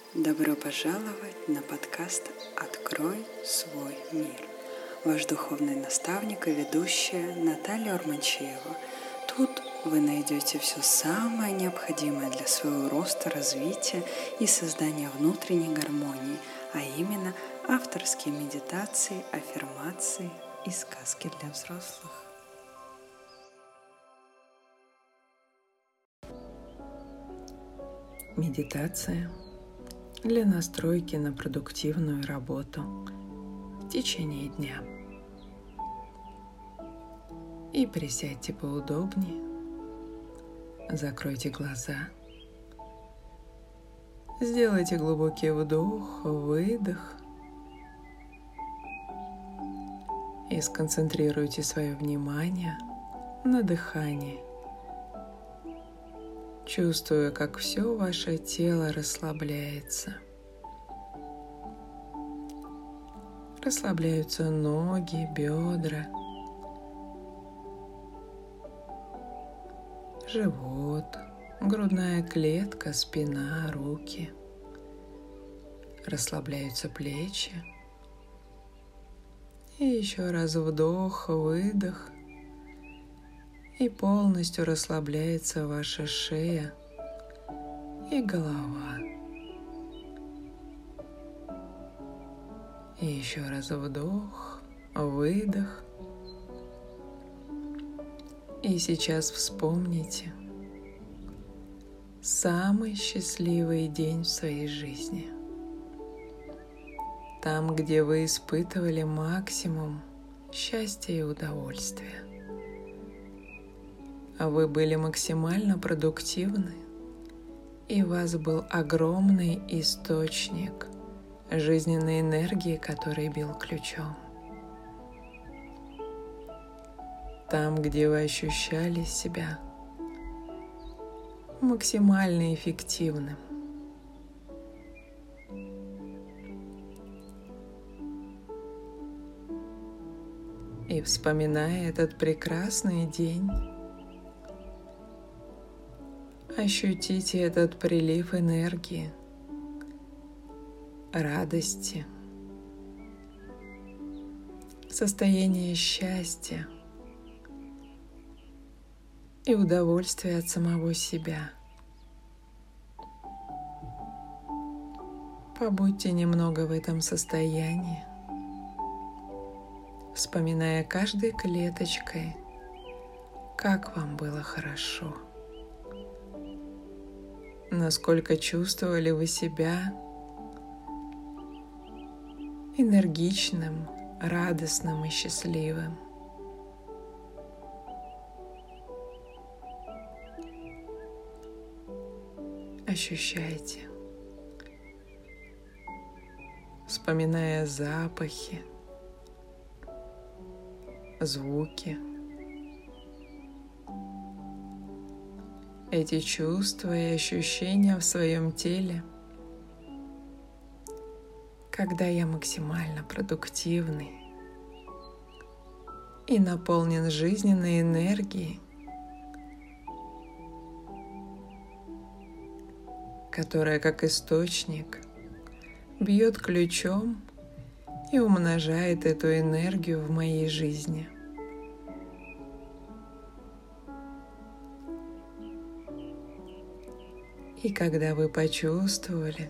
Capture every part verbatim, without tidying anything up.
Добро пожаловать на подкаст «Открой свой мир». Ваш духовный наставник и ведущая Наталья Урманчиева. Тут вы найдете все самое необходимое для своего роста, развития и создания внутренней гармонии, а именно авторские медитации, аффирмации и сказки для взрослых. Медитация для настройки на продуктивную работу в течение дня. И присядьте поудобнее, закройте глаза, сделайте глубокий вдох, выдох и сконцентрируйте свое внимание на дыхании, чувствуя, как все ваше тело расслабляется. Расслабляются ноги, бедра, живот, грудная клетка, спина, руки. Расслабляются плечи. И еще раз вдох, выдох. И полностью расслабляется ваша шея и голова. И еще раз вдох, выдох. И сейчас вспомните самый счастливый день в своей жизни. Там, где вы испытывали максимум счастья и удовольствия. Вы были максимально продуктивны, и у вас был огромный источник жизненной энергии, который бил ключом. Там, где вы ощущали себя максимально эффективным. И вспоминая этот прекрасный день, ощутите этот прилив энергии, радости, состояние счастья и удовольствия от самого себя. Побудьте немного в этом состоянии, вспоминая каждой клеточкой, как вам было хорошо. Насколько чувствовали вы себя энергичным, радостным и счастливым. Ощущайте, вспоминая запахи, звуки, эти чувства и ощущения в своем теле, когда я максимально продуктивный и наполнен жизненной энергией, которая как источник бьет ключом и умножает эту энергию в моей жизни. И когда вы почувствовали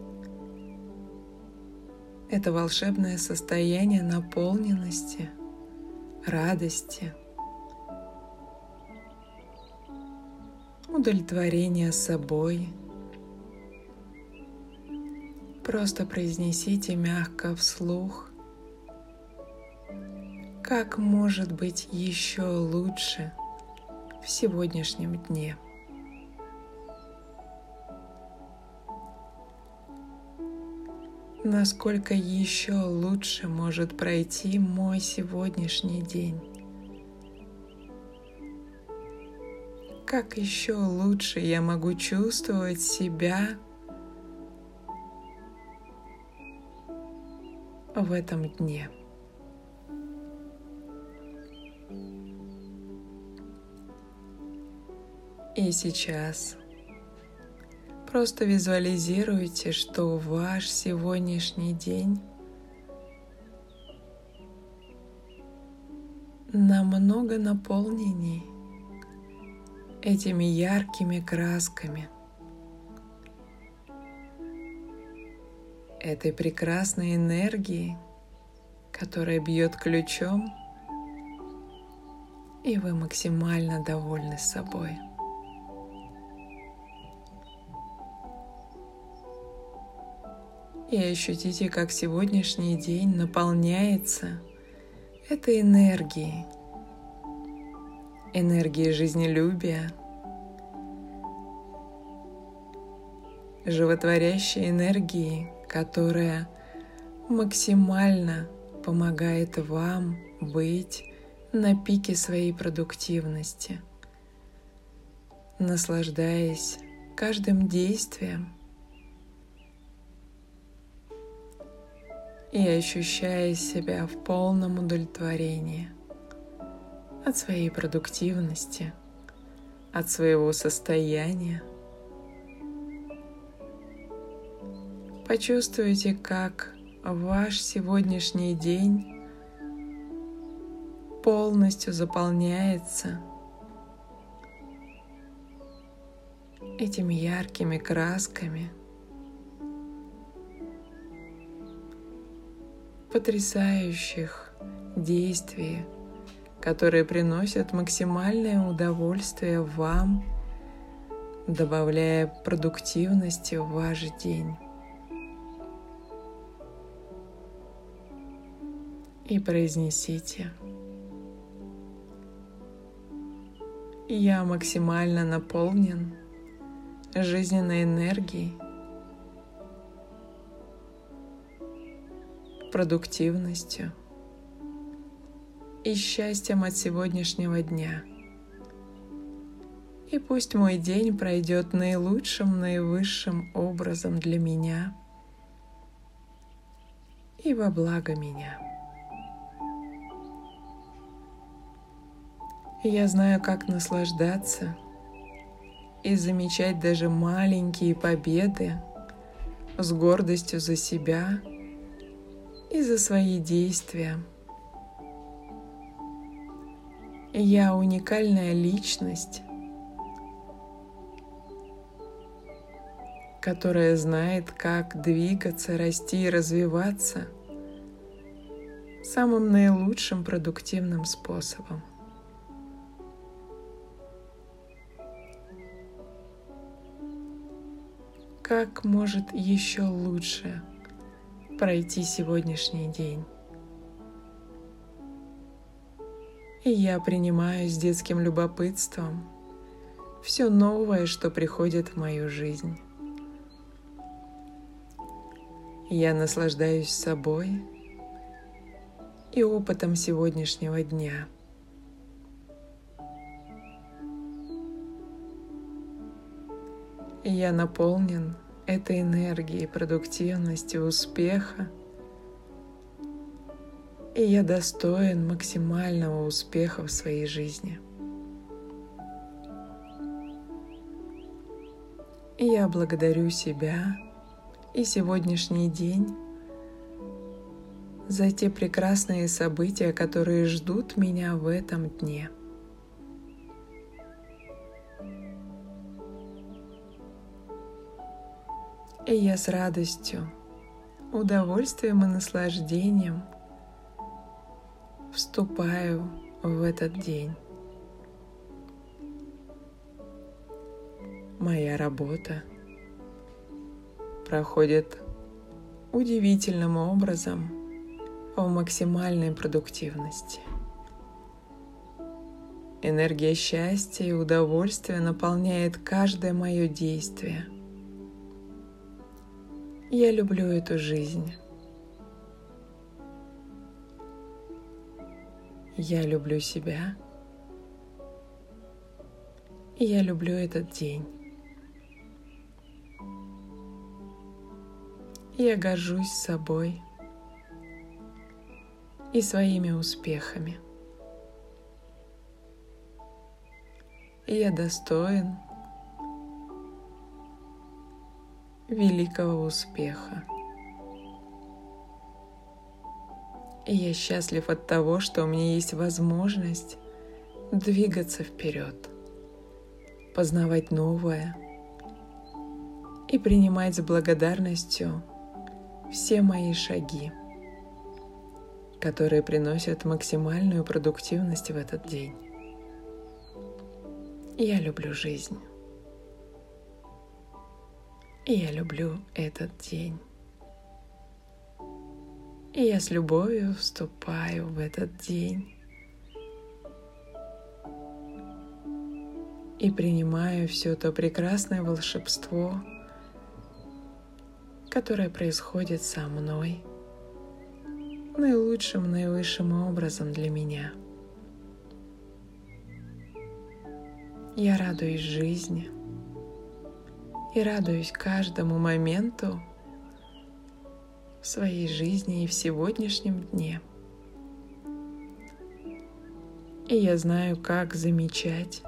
это волшебное состояние наполненности, радости, удовлетворения собой, просто произнесите мягко вслух, как может быть еще лучше в сегодняшнем дне. Насколько еще лучше может пройти мой сегодняшний день? Как еще лучше я могу чувствовать себя в этом дне? И сейчас Просто визуализируйте, что ваш сегодняшний день намного наполненней этими яркими красками, этой прекрасной энергией, которая бьет ключом, и вы максимально довольны собой. И ощутите, как сегодняшний день наполняется этой энергией, энергией жизнелюбия, животворящей энергией, которая максимально помогает вам быть на пике своей продуктивности, наслаждаясь каждым действием и ощущая себя в полном удовлетворении от своей продуктивности, от своего состояния. Почувствуйте, как ваш сегодняшний день полностью заполняется этими яркими красками, потрясающих действий, которые приносят максимальное удовольствие вам, добавляя продуктивности в ваш день. И произнесите: «Я максимально наполнен жизненной энергией, продуктивностью и счастьем от сегодняшнего дня. И пусть мой день пройдет наилучшим, наивысшим образом для меня и во благо меня. Я знаю, как наслаждаться и замечать даже маленькие победы с гордостью за себя и за свои действия. Я уникальная личность, которая знает, как двигаться, расти и развиваться самым наилучшим продуктивным способом. Как может еще лучше пройти сегодняшний день? И я принимаю с детским любопытством все новое, что приходит в мою жизнь. Я наслаждаюсь собой и опытом сегодняшнего дня. И я наполнен этой энергией продуктивности, успеха, и я достоин максимального успеха в своей жизни. И я благодарю себя и сегодняшний день за те прекрасные события, которые ждут меня в этом дне. И я с радостью, удовольствием и наслаждением вступаю в этот день. Моя работа проходит удивительным образом в максимальной продуктивности. Энергия счастья и удовольствия наполняет каждое мое действие. Я люблю эту жизнь. Я люблю себя. И я люблю этот день. Я горжусь собой и своими успехами. И я достоин великого успеха. И я счастлив от того, что у меня есть возможность двигаться вперед, познавать новое и принимать с благодарностью все мои шаги, которые приносят максимальную продуктивность в этот день. Я люблю жизнь. И я люблю этот день. И я с любовью вступаю в этот день. И принимаю все то прекрасное волшебство, которое происходит со мной наилучшим, наивысшим образом для меня. Я радуюсь жизни и радуюсь каждому моменту в своей жизни и в сегодняшнем дне. И я знаю, как замечать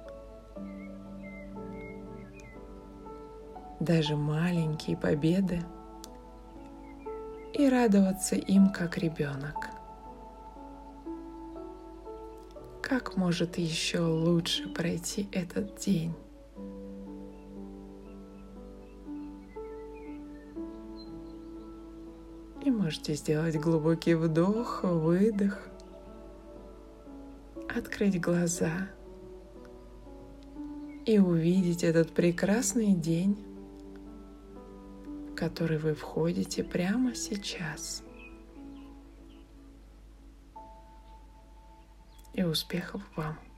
даже маленькие победы и радоваться им, как ребенок. Как может еще лучше пройти этот день? И можете сделать глубокий вдох, выдох, открыть глаза и увидеть этот прекрасный день, в который вы входите прямо сейчас. И успехов вам!